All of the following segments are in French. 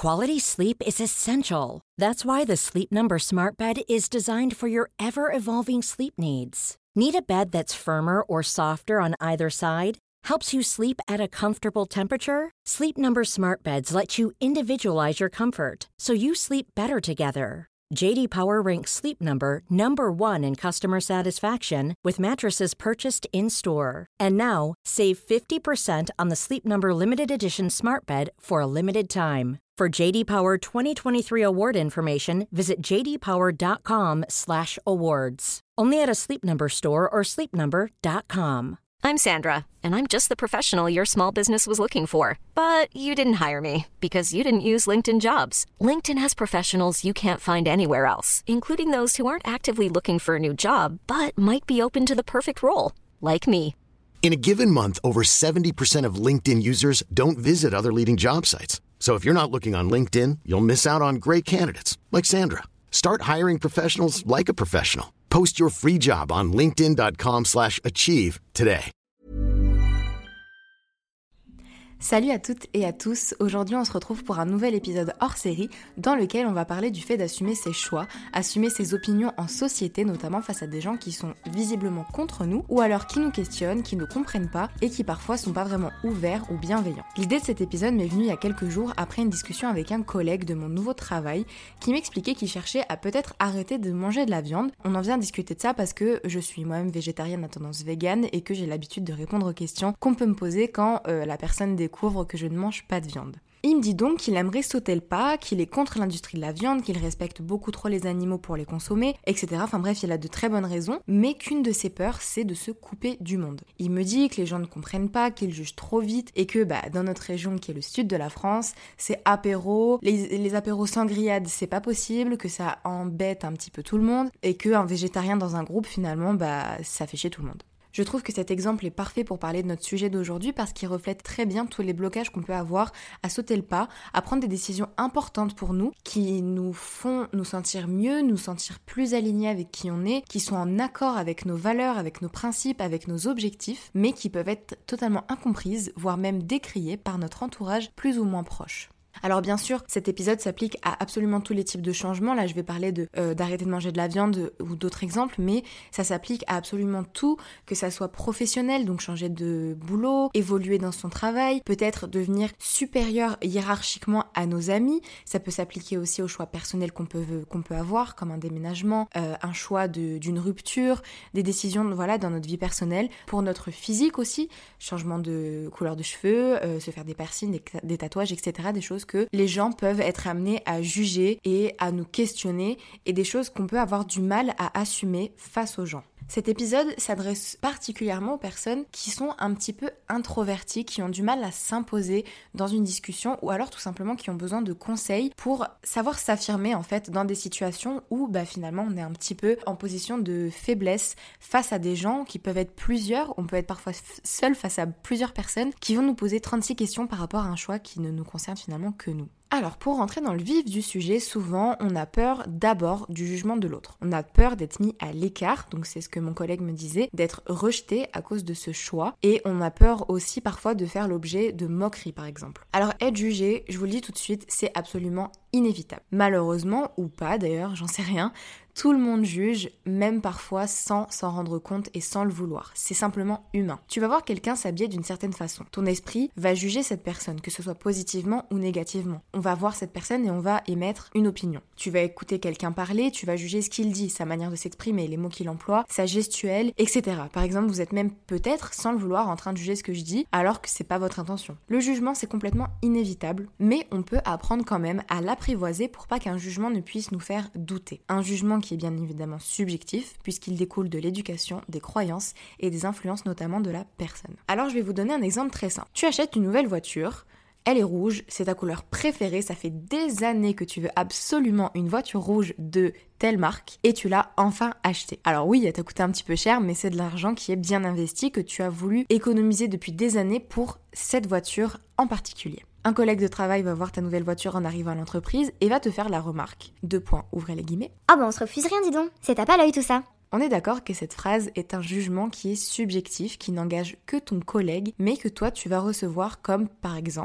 quality sleep is essential. That's why the Sleep Number Smart Bed is designed for your ever-evolving sleep needs. Need a bed that's firmer or softer on either side? Helps you sleep at a comfortable temperature? Sleep Number Smart Beds let you individualize your comfort, so you sleep better together. J.D. Power ranks Sleep Number number one in customer satisfaction with mattresses purchased in-store. And now, save 50% on the Sleep Number Limited Edition Smart Bed for a limited time. For J.D. Power 2023 award information, visit jdpower.com/awards. Only at a Sleep Number store or sleepnumber.com. I'm Sandra, and I'm just the professional your small business was looking for. But you didn't hire me because you didn't use LinkedIn Jobs. LinkedIn has professionals you can't find anywhere else, including those who aren't actively looking for a new job, but might be open to the perfect role, like me. In a given month, over 70% of LinkedIn users don't visit other leading job sites. So if you're not looking on LinkedIn, you'll miss out on great candidates, like Sandra. Start hiring professionals like a professional. Post your free job on linkedin.com/achieve today. Salut à toutes et à tous, aujourd'hui on se retrouve pour un nouvel épisode hors série dans lequel on va parler du fait d'assumer ses choix, assumer ses opinions en société, notamment face à des gens qui sont visiblement contre nous ou alors qui nous questionnent, qui ne comprennent pas et qui parfois sont pas vraiment ouverts ou bienveillants. L'idée de cet épisode m'est venue il y a quelques jours après une discussion avec un collègue de mon nouveau travail qui m'expliquait qu'il cherchait à peut-être arrêter de manger de la viande. On en vient discuter de ça parce que je suis moi-même végétarienne à tendance végane et que j'ai l'habitude de répondre aux questions qu'on peut me poser quand la personne découvre que je ne mange pas de viande. Il me dit donc qu'il aimerait sauter le pas, qu'il est contre l'industrie de la viande, qu'il respecte beaucoup trop les animaux pour les consommer, etc. Enfin bref, il a de très bonnes raisons, mais qu'une de ses peurs, c'est de se couper du monde. Il me dit que les gens ne comprennent pas, qu'ils jugent trop vite, et que dans notre région qui est le sud de la France, c'est apéro, les apéros sans grillade, c'est pas possible, que ça embête un petit peu tout le monde, et qu'un végétarien dans un groupe, finalement, ça fait chier tout le monde. Je trouve que cet exemple est parfait pour parler de notre sujet d'aujourd'hui parce qu'il reflète très bien tous les blocages qu'on peut avoir à sauter le pas, à prendre des décisions importantes pour nous, qui nous font nous sentir mieux, nous sentir plus alignés avec qui on est, qui sont en accord avec nos valeurs, avec nos principes, avec nos objectifs, mais qui peuvent être totalement incomprises, voire même décriées par notre entourage plus ou moins proche. Alors bien sûr, cet épisode s'applique à absolument tous les types de changements. Là, je vais parler d'arrêter de manger de la viande ou d'autres exemples, mais ça s'applique à absolument tout, que ça soit professionnel, donc changer de boulot, évoluer dans son travail, peut-être devenir supérieur hiérarchiquement à nos amis. Ça peut s'appliquer aussi aux choix personnels qu'on peut avoir, comme un déménagement, un choix d'une rupture, des décisions dans notre vie personnelle. Pour notre physique aussi, changement de couleur de cheveux, se faire des piercings, des tatouages, etc. Des choses que les gens peuvent être amenés à juger et à nous questionner et des choses qu'on peut avoir du mal à assumer face aux gens. Cet épisode s'adresse particulièrement aux personnes qui sont un petit peu introverties, qui ont du mal à s'imposer dans une discussion ou alors tout simplement qui ont besoin de conseils pour savoir s'affirmer en fait dans des situations où finalement on est un petit peu en position de faiblesse face à des gens qui peuvent être plusieurs, on peut être parfois seul face à plusieurs personnes qui vont nous poser 36 questions par rapport à un choix qui ne nous concerne finalement que nous. Alors pour rentrer dans le vif du sujet, souvent on a peur d'abord du jugement de l'autre. On a peur d'être mis à l'écart, donc c'est ce que mon collègue me disait, d'être rejeté à cause de ce choix. Et on a peur aussi parfois de faire l'objet de moqueries par exemple. Alors être jugé, je vous le dis tout de suite, c'est absolument inévitable. Malheureusement, ou pas d'ailleurs, j'en sais rien, tout le monde juge, même parfois sans s'en rendre compte et sans le vouloir. C'est simplement humain. Tu vas voir quelqu'un s'habiller d'une certaine façon. Ton esprit va juger cette personne, que ce soit positivement ou négativement. On va voir cette personne et on va émettre une opinion. Tu vas écouter quelqu'un parler, tu vas juger ce qu'il dit, sa manière de s'exprimer, les mots qu'il emploie, sa gestuelle, etc. Par exemple, vous êtes même peut-être, sans le vouloir, en train de juger ce que je dis, alors que c'est pas votre intention. Le jugement, c'est complètement inévitable, mais on peut apprendre quand même à l'apprivoiser pour pas qu'un jugement ne puisse nous faire douter. Un jugement qui est bien évidemment subjectif, puisqu'il découle de l'éducation, des croyances et des influences notamment de la personne. Alors je vais vous donner un exemple très simple. Tu achètes une nouvelle voiture, elle est rouge, c'est ta couleur préférée, ça fait des années que tu veux absolument une voiture rouge de telle marque et tu l'as enfin achetée. Alors oui, elle t'a coûté un petit peu cher, mais c'est de l'argent qui est bien investi, que tu as voulu économiser depuis des années pour cette voiture en particulier. Un collègue de travail va voir ta nouvelle voiture en arrivant à l'entreprise et va te faire la remarque. Ouvrez les guillemets. Ah on se refuse rien dis donc, c'est tape à l'œil tout ça. On est d'accord que cette phrase est un jugement qui est subjectif, qui n'engage que ton collègue, mais que toi tu vas recevoir comme par exemple: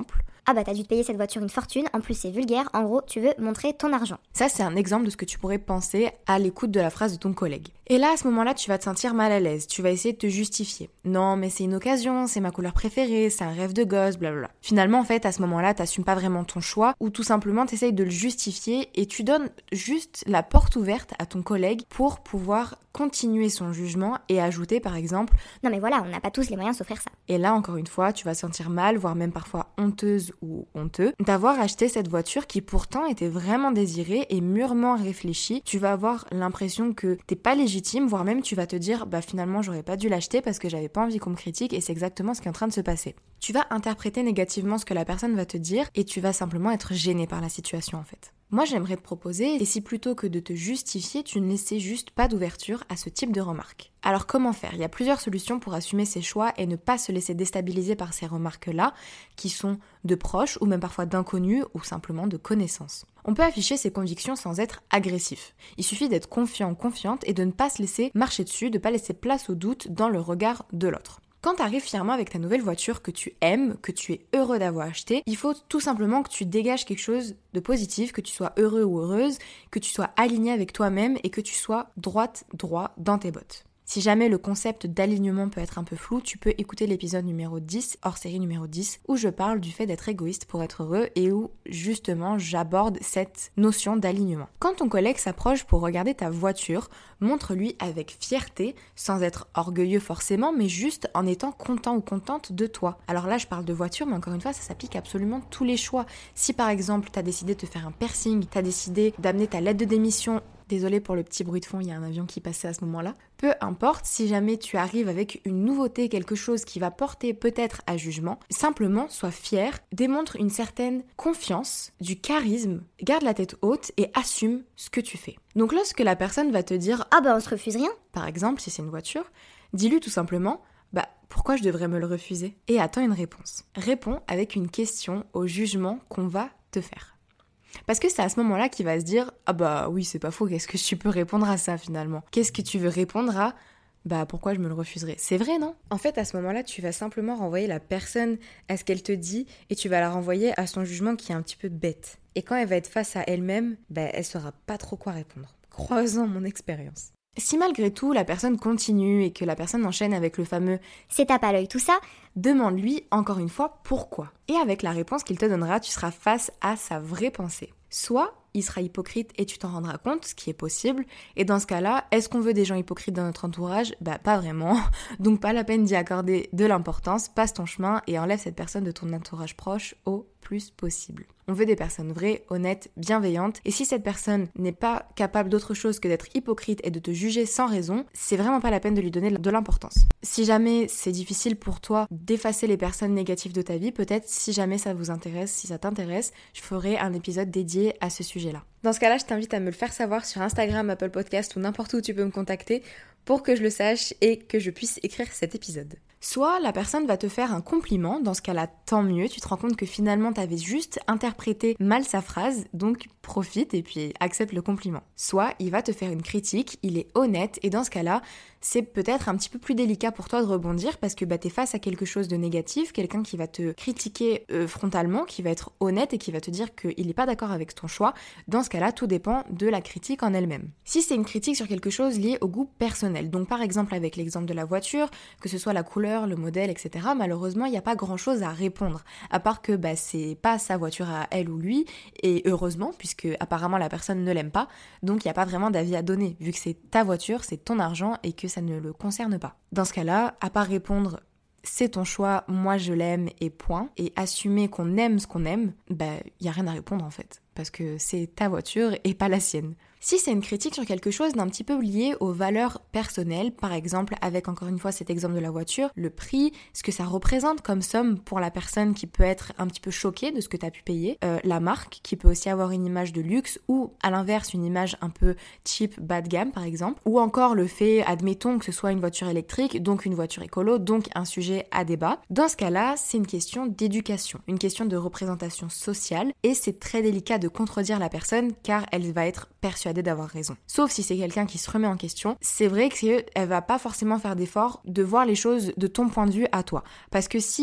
Ah bah t'as dû te payer cette voiture une fortune, en plus c'est vulgaire, en gros tu veux montrer ton argent. Ça, c'est un exemple de ce que tu pourrais penser à l'écoute de la phrase de ton collègue. Et là, à ce moment-là, tu vas te sentir mal à l'aise, tu vas essayer de te justifier. Non, mais c'est une occasion, c'est ma couleur préférée, c'est un rêve de gosse, blablabla. Finalement, en fait, à ce moment-là, t'assumes pas vraiment ton choix, ou tout simplement t'essayes de le justifier et tu donnes juste la porte ouverte à ton collègue pour pouvoir continuer son jugement et ajouter par exemple « Non mais voilà, on n'a pas tous les moyens de s'offrir ça. » Et là, encore une fois, tu vas sentir mal, voire même parfois honteuse ou honteux, d'avoir acheté cette voiture qui pourtant était vraiment désirée et mûrement réfléchie. Tu vas avoir l'impression que t'es pas légitime, voire même tu vas te dire « Bah finalement, j'aurais pas dû l'acheter parce que j'avais pas envie qu'on me critique et c'est exactement ce qui est en train de se passer. » Tu vas interpréter négativement ce que la personne va te dire et tu vas simplement être gêné par la situation en fait. Moi, j'aimerais te proposer, et si plutôt que de te justifier, tu ne laissais juste pas d'ouverture à ce type de remarques. Alors comment faire ? Il y a plusieurs solutions pour assumer ses choix et ne pas se laisser déstabiliser par ces remarques-là, qui sont de proches ou même parfois d'inconnus ou simplement de connaissances. On peut afficher ses convictions sans être agressif. Il suffit d'être confiant ou confiante et de ne pas se laisser marcher dessus, de ne pas laisser place au doute dans le regard de l'autre. Quand tu arrives fièrement avec ta nouvelle voiture que tu aimes, que tu es heureux d'avoir acheté, il faut tout simplement que tu dégages quelque chose de positif, que tu sois heureux ou heureuse, que tu sois aligné avec toi-même et que tu sois droit dans tes bottes. Si jamais le concept d'alignement peut être un peu flou, tu peux écouter l'épisode numéro 10, hors série numéro 10, où je parle du fait d'être égoïste pour être heureux et où justement j'aborde cette notion d'alignement. Quand ton collègue s'approche pour regarder ta voiture, montre-lui avec fierté, sans être orgueilleux forcément, mais juste en étant content ou contente de toi. Alors là, je parle de voiture, mais encore une fois, ça s'applique à absolument tous les choix. Si par exemple, tu as décidé de te faire un piercing, tu as décidé d'amener ta lettre de démission, désolée pour le petit bruit de fond, il y a un avion qui passait à ce moment-là. Peu importe, si jamais tu arrives avec une nouveauté, quelque chose qui va porter peut-être à jugement, simplement sois fier, démontre une certaine confiance, du charisme, garde la tête haute et assume ce que tu fais. Donc lorsque la personne va te dire « Ah bah on se refuse rien !» Par exemple, si c'est une voiture, dis-lui tout simplement « Bah pourquoi je devrais me le refuser ?» Et attends une réponse. Réponds avec une question au jugement qu'on va te faire. Parce que c'est à ce moment-là qu'il va se dire « Ah bah oui, c'est pas faux, qu'est-ce que tu peux répondre à ça finalement ? Qu'est-ce que tu veux répondre à ? Bah pourquoi je me le refuserais ? C'est vrai, non ? » En fait, à ce moment-là, tu vas simplement renvoyer la personne à ce qu'elle te dit et tu vas la renvoyer à son jugement qui est un petit peu bête. Et quand elle va être face à elle-même, elle saura pas trop quoi répondre. Croisant mon expérience. Si malgré tout, la personne continue et que la personne enchaîne avec le fameux « C'est tape à l'œil tout ça », demande-lui encore une fois pourquoi. Et avec la réponse qu'il te donnera, tu seras face à sa vraie pensée. Soit il sera hypocrite et tu t'en rendras compte, ce qui est possible. Et dans ce cas-là, est-ce qu'on veut des gens hypocrites dans notre entourage ? Pas vraiment. Donc pas la peine d'y accorder de l'importance. Passe ton chemin et enlève cette personne de ton entourage proche au plus possible. On veut des personnes vraies, honnêtes, bienveillantes. Et si cette personne n'est pas capable d'autre chose que d'être hypocrite et de te juger sans raison, c'est vraiment pas la peine de lui donner de l'importance. Si jamais c'est difficile pour toi d'effacer les personnes négatives de ta vie, peut-être si jamais ça vous intéresse, si ça t'intéresse, je ferai un épisode dédié à ce sujet-là. Dans ce cas-là, je t'invite à me le faire savoir sur Instagram, Apple Podcast ou n'importe où tu peux me contacter pour que je le sache et que je puisse écrire cet épisode. Soit la personne va te faire un compliment, dans ce cas-là, tant mieux, tu te rends compte que finalement t'avais juste interprété mal sa phrase, donc profite et puis accepte le compliment. Soit il va te faire une critique, il est honnête et dans ce cas-là, c'est peut-être un petit peu plus délicat pour toi de rebondir parce que t'es face à quelque chose de négatif, quelqu'un qui va te critiquer frontalement, qui va être honnête et qui va te dire qu'il n'est pas d'accord avec ton choix. Dans ce cas-là, tout dépend de la critique en elle-même. Si c'est une critique sur quelque chose lié au goût personnel, donc par exemple avec l'exemple de la voiture, que ce soit la couleur, le modèle, etc., malheureusement, il n'y a pas grand-chose à répondre, à part que c'est pas sa voiture à elle ou lui, et heureusement, puisque apparemment la personne ne l'aime pas, donc il n'y a pas vraiment d'avis à donner, vu que c'est ta voiture, c'est ton argent, et que ça ne le concerne pas. Dans ce cas-là, à part répondre « c'est ton choix, moi je l'aime et point », et assumer qu'on aime ce qu'on aime, il n'y a rien à répondre en fait, parce que c'est ta voiture et pas la sienne. Si c'est une critique sur quelque chose d'un petit peu lié aux valeurs personnelles, par exemple avec encore une fois cet exemple de la voiture, le prix, ce que ça représente comme somme pour la personne qui peut être un petit peu choquée de ce que tu as pu payer, la marque qui peut aussi avoir une image de luxe ou à l'inverse une image un peu cheap, bas de gamme par exemple, ou encore le fait, admettons que ce soit une voiture électrique, donc une voiture écolo, donc un sujet à débat. Dans ce cas-là, c'est une question d'éducation, une question de représentation sociale et c'est très délicat de contredire la personne car elle va être persuadée d'avoir raison. Sauf si c'est quelqu'un qui se remet en question, c'est vrai qu'elle va pas forcément faire d'effort de voir les choses de ton point de vue à toi. Parce que si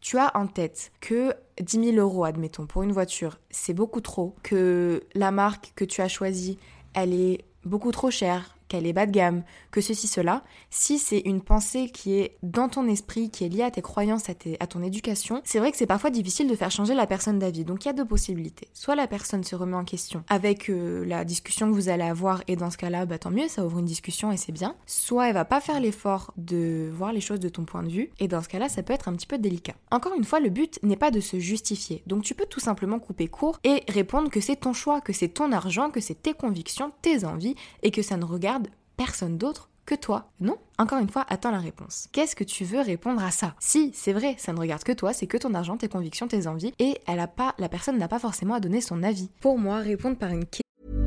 tu as en tête que 10 000 €, admettons, pour une voiture, c'est beaucoup trop, que la marque que tu as choisie, elle est beaucoup trop chère, qu'elle est bas de gamme, que ceci, cela, si c'est une pensée qui est dans ton esprit, qui est liée à tes croyances, à ton éducation, c'est vrai que c'est parfois difficile de faire changer la personne d'avis. Donc il y a deux possibilités. Soit la personne se remet en question avec la discussion que vous allez avoir, et dans ce cas-là, tant mieux, ça ouvre une discussion et c'est bien. Soit elle va pas faire l'effort de voir les choses de ton point de vue, et dans ce cas-là, ça peut être un petit peu délicat. Encore une fois, le but n'est pas de se justifier. Donc tu peux tout simplement couper court et répondre que c'est ton choix, que c'est ton argent, que c'est tes convictions, tes envies, et que ça ne regarde personne d'autre que toi. Non, encore une fois, attends la réponse. Qu'est-ce que tu veux répondre à ça? Si, c'est vrai, ça ne regarde que toi, c'est que ton argent, tes convictions, tes envies, et la personne n'a pas forcément à donner son avis. Pour moi, répondre par une question.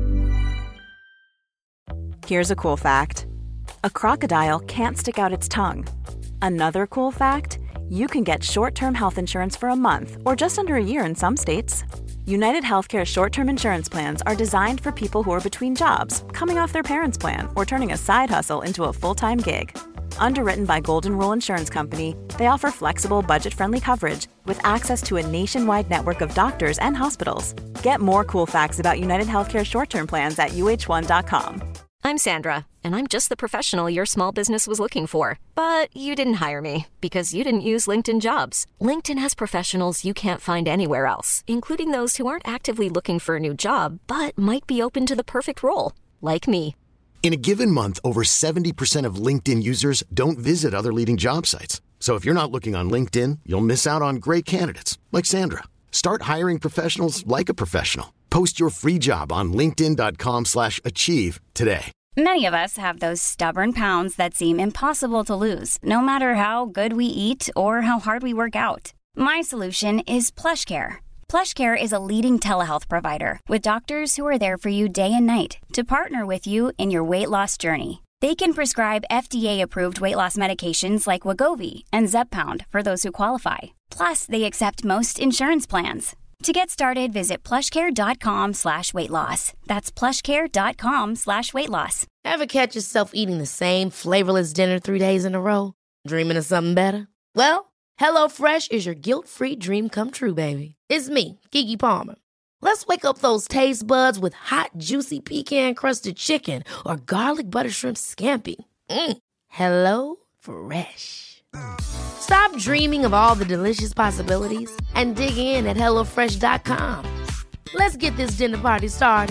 Here's a cool fact. A crocodile can't stick out its tongue. Another cool fact, you can get short-term health insurance for a month or just under a year in some states. United Healthcare short-term insurance plans are designed for people who are between jobs, coming off their parents' plan, or turning a side hustle into a full-time gig. Underwritten by Golden Rule Insurance Company, they offer flexible, budget-friendly coverage with access to a nationwide network of doctors and hospitals. Get more cool facts about United Healthcare short-term plans at uh1.com. I'm Sandra, and I'm just the professional your small business was looking for. But you didn't hire me because you didn't use LinkedIn Jobs. LinkedIn has professionals you can't find anywhere else, including those who aren't actively looking for a new job, but might be open to the perfect role, like me. In a given month, over 70% of LinkedIn users don't visit other leading job sites. So if you're not looking on LinkedIn, you'll miss out on great candidates like Sandra. Start hiring professionals like a professional. Post your free job on linkedin.com/achieve today. Many of us have those stubborn pounds that seem impossible to lose, no matter how good we eat or how hard we work out. My solution is PlushCare. PlushCare is a leading telehealth provider with doctors who are there for you day and night to partner with you in your weight loss journey. They can prescribe FDA-approved weight loss medications like Wegovy and Zepbound for those who qualify. Plus, they accept most insurance plans. To get started, visit plushcare.com/weightloss. That's plushcare.com/weightloss. Ever catch yourself eating the same flavorless dinner 3 days in a row? Dreaming of something better? Well, HelloFresh is your guilt-free dream come true, baby. It's me, Keke Palmer. Let's wake up those taste buds with hot, juicy pecan-crusted chicken or garlic butter shrimp scampi. Hello Fresh. Stop dreaming of all the delicious possibilities and dig in at HelloFresh.com. Let's get this dinner party started.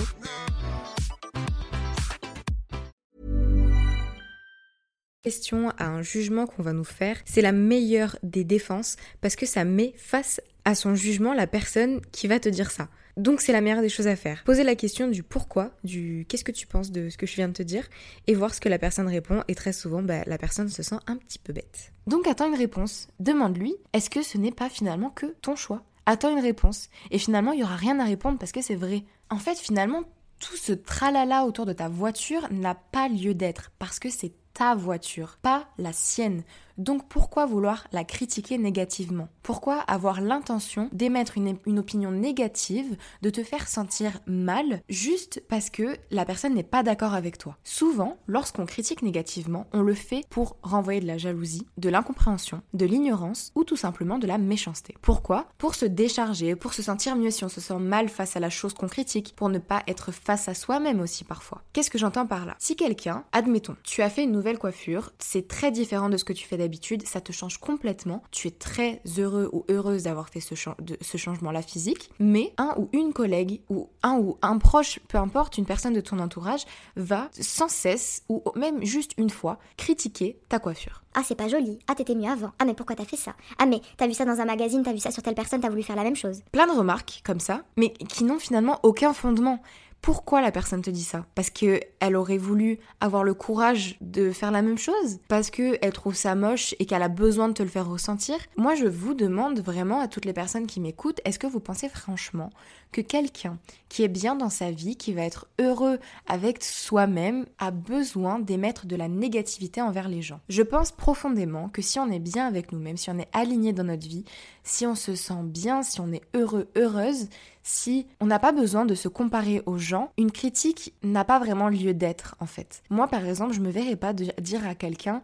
Question à un jugement qu'on va nous faire, c'est la meilleure des défenses parce que ça met face à son jugement la personne qui va te dire ça. Donc c'est la meilleure des choses à faire. Poser la question du pourquoi, du qu'est-ce que tu penses de ce que je viens de te dire et voir ce que la personne répond, et très souvent la personne se sent un petit peu bête. Donc attends une réponse, demande-lui, est-ce que ce n'est pas finalement que ton choix? Attends une réponse et finalement il n'y aura rien à répondre parce que c'est vrai. En fait finalement tout ce tralala autour de ta voiture n'a pas lieu d'être parce que c'est ta voiture, pas la sienne. Donc pourquoi vouloir la critiquer négativement? Pourquoi avoir l'intention d'émettre une opinion négative, de te faire sentir mal juste parce que la personne n'est pas d'accord avec toi? Souvent, lorsqu'on critique négativement, on le fait pour renvoyer de la jalousie, de l'incompréhension, de l'ignorance ou tout simplement de la méchanceté. Pourquoi? Pour se décharger, pour se sentir mieux si on se sent mal face à la chose qu'on critique, pour ne pas être face à soi-même aussi parfois. Qu'est-ce que j'entends par là? Si quelqu'un, admettons, tu as fait une nouvelle coiffure, c'est très différent de ce que tu fais d'habitude, ça te change complètement, tu es très heureux ou heureuse d'avoir fait ce changement-là physique, mais un ou une collègue ou un proche, peu importe, une personne de ton entourage, va sans cesse, ou même juste une fois, critiquer ta coiffure. Ah, c'est pas joli. Ah, t'étais mieux avant. Ah, mais pourquoi t'as fait ça? Ah, mais t'as vu ça dans un magazine, t'as vu ça sur telle personne, t'as voulu faire la même chose. Plein de remarques comme ça, mais qui n'ont finalement aucun fondement. Pourquoi la personne te dit ça? Parce qu'elle aurait voulu avoir le courage de faire la même chose? Parce qu'elle trouve ça moche et qu'elle a besoin de te le faire ressentir? Moi, je vous demande vraiment à toutes les personnes qui m'écoutent, est-ce que vous pensez franchement que quelqu'un qui est bien dans sa vie, qui va être heureux avec soi-même, a besoin d'émettre de la négativité envers les gens? Je pense profondément que si on est bien avec nous-mêmes, si on est aligné dans notre vie, si on se sent bien, si on est heureux, heureuse, si on n'a pas besoin de se comparer aux gens, une critique n'a pas vraiment lieu d'être en fait. Moi par exemple, je me verrais pas dire à quelqu'un «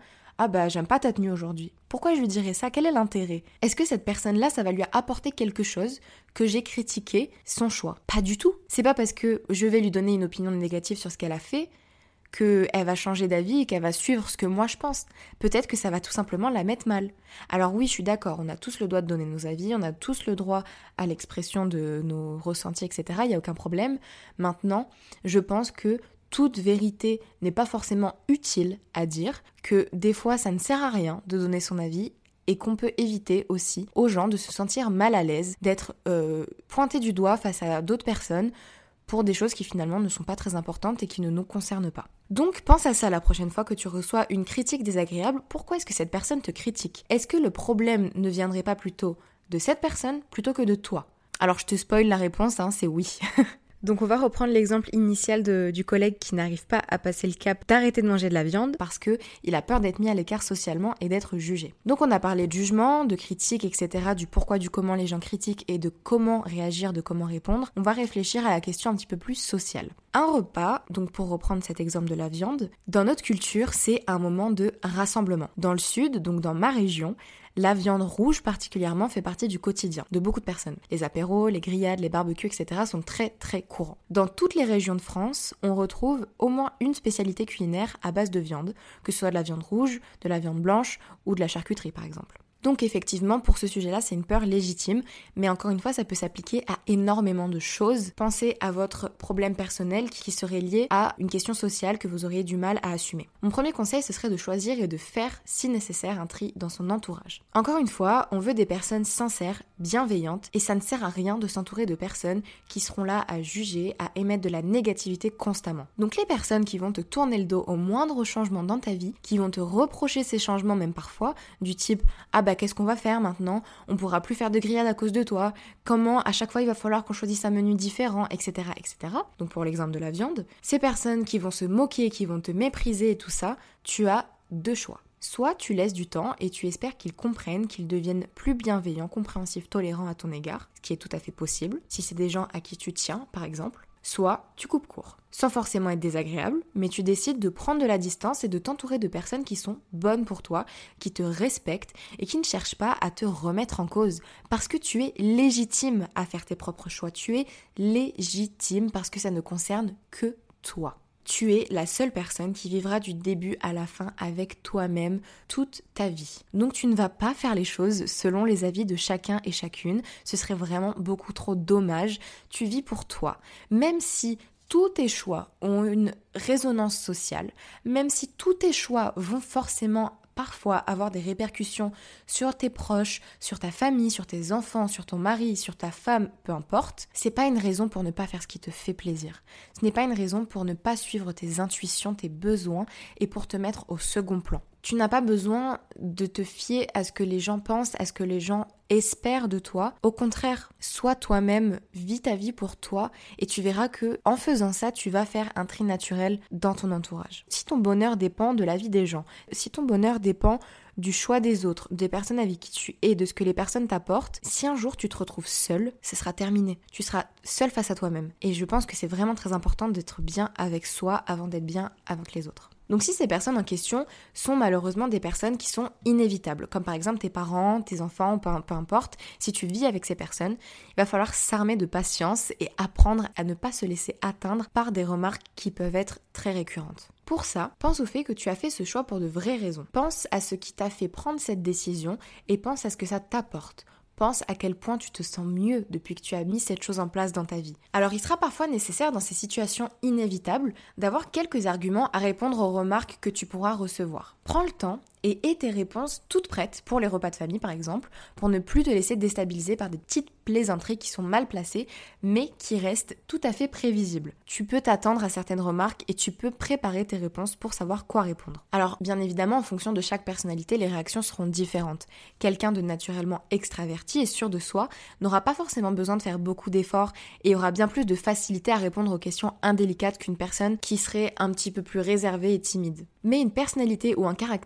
Ah bah j'aime pas ta tenue aujourd'hui. Pourquoi je lui dirais ça? Quel est l'intérêt? Est-ce que cette personne-là, ça va lui apporter quelque chose que j'ai critiqué son choix? Pas du tout. C'est pas parce que je vais lui donner une opinion négative sur ce qu'elle a fait qu'elle va changer d'avis et qu'elle va suivre ce que moi je pense. Peut-être que ça va tout simplement la mettre mal. Alors oui, je suis d'accord, on a tous le droit de donner nos avis, on a tous le droit à l'expression de nos ressentis, etc. Il n'y a aucun problème. Maintenant, je pense que toute vérité n'est pas forcément utile à dire, que des fois ça ne sert à rien de donner son avis et qu'on peut éviter aussi aux gens de se sentir mal à l'aise, d'être pointés du doigt face à d'autres personnes pour des choses qui finalement ne sont pas très importantes et qui ne nous concernent pas. Donc pense à ça la prochaine fois que tu reçois une critique désagréable. Pourquoi est-ce que cette personne te critique? Est-ce que le problème ne viendrait pas plutôt de cette personne plutôt que de toi? Alors je te spoil la réponse, c'est oui. Donc on va reprendre l'exemple initial du collègue qui n'arrive pas à passer le cap d'arrêter de manger de la viande parce qu'il a peur d'être mis à l'écart socialement et d'être jugé. Donc on a parlé de jugement, de critique, etc., du pourquoi, du comment les gens critiquent et de comment réagir, de comment répondre. On va réfléchir à la question un petit peu plus sociale. Un repas, donc pour reprendre cet exemple de la viande, dans notre culture, c'est un moment de rassemblement. Dans le sud, donc dans ma région, la viande rouge particulièrement fait partie du quotidien de beaucoup de personnes. Les apéros, les grillades, les barbecues, etc. sont très très courants. Dans toutes les régions de France, on retrouve au moins une spécialité culinaire à base de viande, que ce soit de la viande rouge, de la viande blanche ou de la charcuterie par exemple. Donc effectivement, pour ce sujet-là, c'est une peur légitime, mais encore une fois, ça peut s'appliquer à énormément de choses. Pensez à votre problème personnel qui serait lié à une question sociale que vous auriez du mal à assumer. Mon premier conseil, ce serait de choisir et de faire, si nécessaire, un tri dans son entourage. Encore une fois, on veut des personnes sincères, bienveillantes, et ça ne sert à rien de s'entourer de personnes qui seront là à juger, à émettre de la négativité constamment. Donc les personnes qui vont te tourner le dos au moindre changement dans ta vie, qui vont te reprocher ces changements même parfois, du type « Ah bah qu'est-ce qu'on va faire maintenant? On pourra plus faire de grillade à cause de toi. Comment à chaque fois il va falloir qu'on choisisse un menu différent, etc. etc. » Donc pour l'exemple de la viande, ces personnes qui vont se moquer, qui vont te mépriser et tout ça, tu as deux choix. Soit tu laisses du temps et tu espères qu'ils comprennent, qu'ils deviennent plus bienveillants, compréhensifs, tolérants à ton égard, ce qui est tout à fait possible, si c'est des gens à qui tu tiens par exemple. Soit tu coupes court, sans forcément être désagréable, mais tu décides de prendre de la distance et de t'entourer de personnes qui sont bonnes pour toi, qui te respectent et qui ne cherchent pas à te remettre en cause. Parce que tu es légitime à faire tes propres choix, tu es légitime parce que ça ne concerne que toi. Tu es la seule personne qui vivra du début à la fin avec toi-même toute ta vie. Donc tu ne vas pas faire les choses selon les avis de chacun et chacune. Ce serait vraiment beaucoup trop dommage. Tu vis pour toi. Même si tous tes choix ont une résonance sociale, même si tous tes choix vont forcément parfois avoir des répercussions sur tes proches, sur ta famille, sur tes enfants, sur ton mari, sur ta femme, peu importe, c'est pas une raison pour ne pas faire ce qui te fait plaisir. Ce n'est pas une raison pour ne pas suivre tes intuitions, tes besoins et pour te mettre au second plan. Tu n'as pas besoin de te fier à ce que les gens pensent, à ce que les gens espèrent de toi. Au contraire, sois toi-même, vis ta vie pour toi et tu verras que en faisant ça, tu vas faire un tri naturel dans ton entourage. Si ton bonheur dépend de la vie des gens, si ton bonheur dépend du choix des autres, des personnes avec qui tu es, de ce que les personnes t'apportent, si un jour tu te retrouves seul, ce sera terminé. Tu seras seul face à toi-même. Et je pense que c'est vraiment très important d'être bien avec soi avant d'être bien avec les autres. Donc si ces personnes en question sont malheureusement des personnes qui sont inévitables, comme par exemple tes parents, tes enfants, peu importe, si tu vis avec ces personnes, il va falloir s'armer de patience et apprendre à ne pas se laisser atteindre par des remarques qui peuvent être très récurrentes. Pour ça, pense au fait que tu as fait ce choix pour de vraies raisons. Pense à ce qui t'a fait prendre cette décision et pense à ce que ça t'apporte. Pense à quel point tu te sens mieux depuis que tu as mis cette chose en place dans ta vie. Alors il sera parfois nécessaire dans ces situations inévitables d'avoir quelques arguments à répondre aux remarques que tu pourras recevoir. Prends le temps et aie tes réponses toutes prêtes pour les repas de famille par exemple, pour ne plus te laisser déstabiliser par des petites plaisanteries qui sont mal placées, mais qui restent tout à fait prévisibles. Tu peux t'attendre à certaines remarques et tu peux préparer tes réponses pour savoir quoi répondre. Alors bien évidemment, en fonction de chaque personnalité, les réactions seront différentes. Quelqu'un de naturellement extraverti et sûr de soi n'aura pas forcément besoin de faire beaucoup d'efforts et aura bien plus de facilité à répondre aux questions indélicates qu'une personne qui serait un petit peu plus réservée et timide. Mais une personnalité ou un caractère ne t'empêche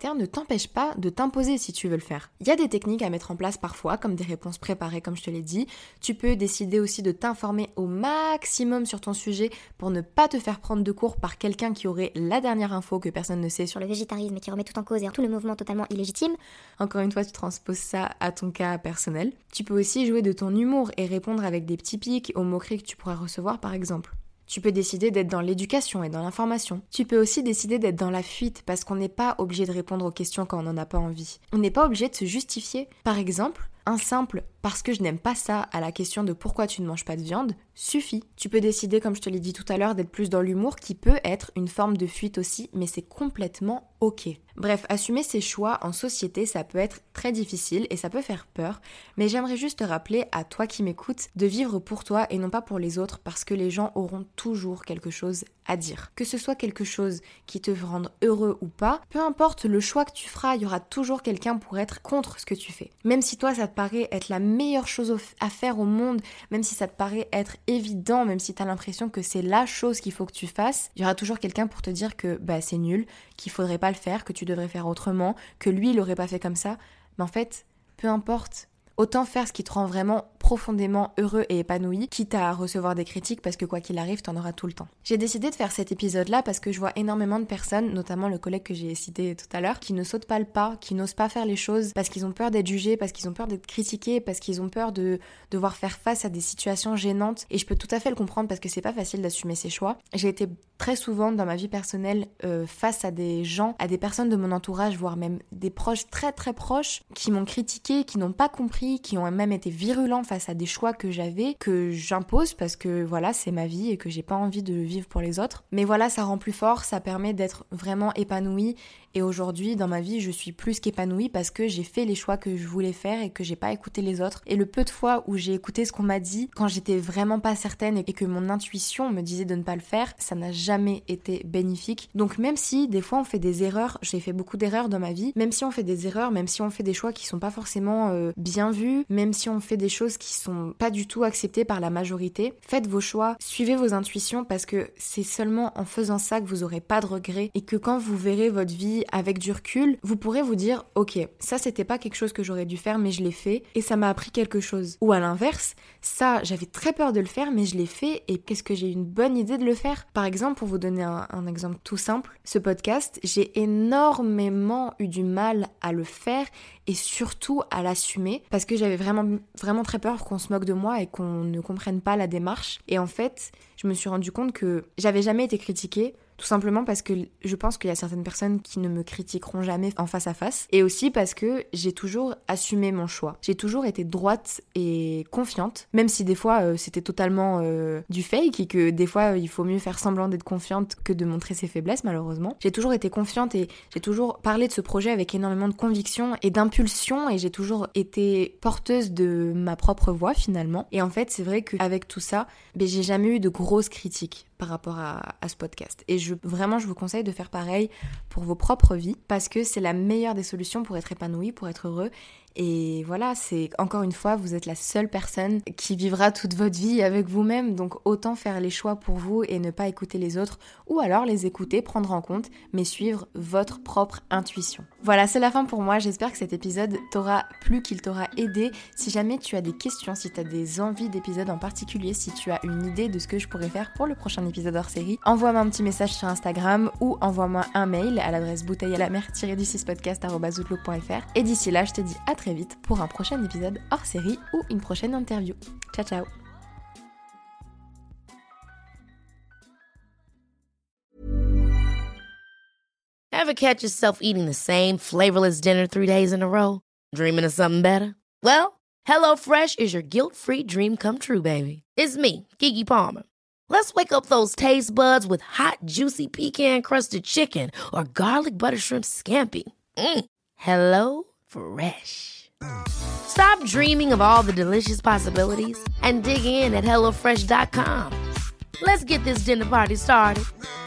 t'empêche pas de t'imposer si tu veux le faire. Il y a des techniques à mettre en place parfois, comme des réponses préparées comme je te l'ai dit. Tu peux décider aussi de t'informer au maximum sur ton sujet pour ne pas te faire prendre de cours par quelqu'un qui aurait la dernière info que personne ne sait sur le végétarisme et qui remet tout en cause et tout le mouvement totalement illégitime. Encore une fois, tu transposes ça à ton cas personnel. Tu peux aussi jouer de ton humour et répondre avec des petits pics aux moqueries que tu pourras recevoir par exemple. Tu peux décider d'être dans l'éducation et dans l'information. Tu peux aussi décider d'être dans la fuite parce qu'on n'est pas obligé de répondre aux questions quand on n'en a pas envie. On n'est pas obligé de se justifier. Par exemple, un simple « parce que je n'aime pas ça » à la question de pourquoi tu ne manges pas de viande suffit. Tu peux décider, comme je te l'ai dit tout à l'heure, d'être plus dans l'humour qui peut être une forme de fuite aussi, mais c'est complètement ok. Bref, assumer ses choix en société, ça peut être très difficile et ça peut faire peur, mais j'aimerais juste te rappeler, à toi qui m'écoutes, de vivre pour toi et non pas pour les autres parce que les gens auront toujours quelque chose à dire. Que ce soit quelque chose qui te rende heureux ou pas, peu importe le choix que tu feras, il y aura toujours quelqu'un pour être contre ce que tu fais. Même si toi ça te paraît être la meilleure chose à faire au monde, même si ça te paraît être évident, même si tu as l'impression que c'est la chose qu'il faut que tu fasses, il y aura toujours quelqu'un pour te dire que c'est nul, qu'il faudrait pas le faire, que tu devrais faire autrement, que lui il aurait pas fait comme ça. Mais en fait, peu importe. Autant faire ce qui te rend vraiment profondément heureux et épanoui, quitte à recevoir des critiques parce que quoi qu'il arrive, t'en auras tout le temps. J'ai décidé de faire cet épisode-là parce que je vois énormément de personnes, notamment le collègue que j'ai cité tout à l'heure, qui ne sautent pas le pas, qui n'osent pas faire les choses parce qu'ils ont peur d'être jugés, parce qu'ils ont peur d'être critiqués, parce qu'ils ont peur de devoir faire face à des situations gênantes. Et je peux tout à fait le comprendre parce que c'est pas facile d'assumer ses choix. J'ai été très souvent dans ma vie personnelle face à des gens, à des personnes de mon entourage, voire même des proches très très proches, qui m'ont critiqué, qui n'ont pas compris, qui ont même été virulents face à des choix que j'avais, que j'impose parce que voilà, c'est ma vie et que j'ai pas envie de vivre pour les autres. Mais voilà, ça rend plus fort, ça permet d'être vraiment épanouie. Et aujourd'hui, dans ma vie, je suis plus qu'épanouie parce que j'ai fait les choix que je voulais faire et que j'ai pas écouté les autres. Et le peu de fois où j'ai écouté ce qu'on m'a dit, quand j'étais vraiment pas certaine et que mon intuition me disait de ne pas le faire, ça n'a jamais été bénéfique. Donc même si des fois on fait des erreurs, j'ai fait beaucoup d'erreurs dans ma vie, même si on fait des erreurs, même si on fait des choix qui sont pas forcément bien vus, même si on fait des choses qui sont pas du tout acceptées par la majorité, faites vos choix, suivez vos intuitions parce que c'est seulement en faisant ça que vous aurez pas de regrets et que quand vous verrez votre vie avec du recul, vous pourrez vous dire ok, ça c'était pas quelque chose que j'aurais dû faire mais je l'ai fait et ça m'a appris quelque chose. Ou à l'inverse, ça j'avais très peur de le faire mais je l'ai fait et qu'est-ce que j'ai eu une bonne idée de le faire. Par exemple, pour vous donner un exemple tout simple, ce podcast, j'ai énormément eu du mal à le faire et surtout à l'assumer parce que j'avais vraiment très peur qu'on se moque de moi et qu'on ne comprenne pas la démarche. Et en fait, je me suis rendu compte que j'avais jamais été critiquée, tout simplement parce que je pense qu'il y a certaines personnes qui ne me critiqueront jamais en face à face. Et aussi parce que j'ai toujours assumé mon choix. J'ai toujours été droite et confiante, même si des fois c'était totalement du fake et que des fois il faut mieux faire semblant d'être confiante que de montrer ses faiblesses malheureusement. J'ai toujours été confiante et j'ai toujours parlé de ce projet avec énormément de conviction et d'impulsion et j'ai toujours été porteuse de ma propre voix finalement. Et en fait c'est vrai qu'avec tout ça, j'ai jamais eu de grosses critiques par rapport à ce podcast. Et je vous conseille de faire pareil pour vos propres vies parce que c'est la meilleure des solutions pour être épanoui, pour être heureux. Et voilà, c'est encore une fois, vous êtes la seule personne qui vivra toute votre vie avec vous-même, donc autant faire les choix pour vous et ne pas écouter les autres, ou alors les écouter, prendre en compte, mais suivre votre propre intuition. Voilà, c'est la fin pour moi, j'espère que cet épisode t'aura plu, qu'il t'aura aidé. Si jamais tu as des questions, si tu as des envies d'épisodes en particulier, si tu as une idée de ce que je pourrais faire pour le prochain épisode hors série, envoie-moi un petit message sur Instagram ou envoie-moi un mail à l'adresse bouteillealamer-du6podcast@outlook.fr. Et d'ici là, je te dis à très vite pour un prochain épisode hors série ou une prochaine interview. Ciao ciao. Ever catch yourself eating the same flavorless dinner 3 days in a row? Dreaming of something better? Well, HelloFresh is your guilt-free dream come true, baby. It's me, Keke Palmer. Let's wake up those taste buds with hot, juicy pecan-crusted chicken or garlic butter shrimp scampi. Hello Fresh. Stop dreaming of all the delicious possibilities and dig in at HelloFresh.com. Let's get this dinner party started.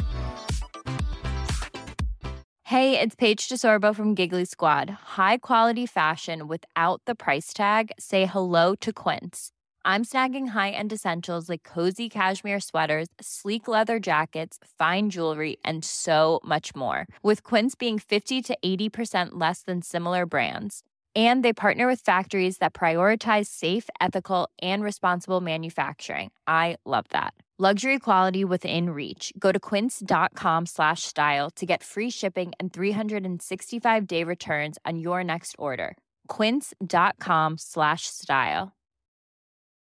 Hey, it's Paige DeSorbo from Giggly Squad. High quality fashion without the price tag. Say hello to Quince. I'm snagging high-end essentials like cozy cashmere sweaters, sleek leather jackets, fine jewelry, and so much more. With Quince being 50 to 80% less than similar brands. And they partner with factories that prioritize safe, ethical, and responsible manufacturing. I love that. Luxury quality within reach. Go to quince.com/style to get free shipping and 365-day returns on your next order. Quince.com/style.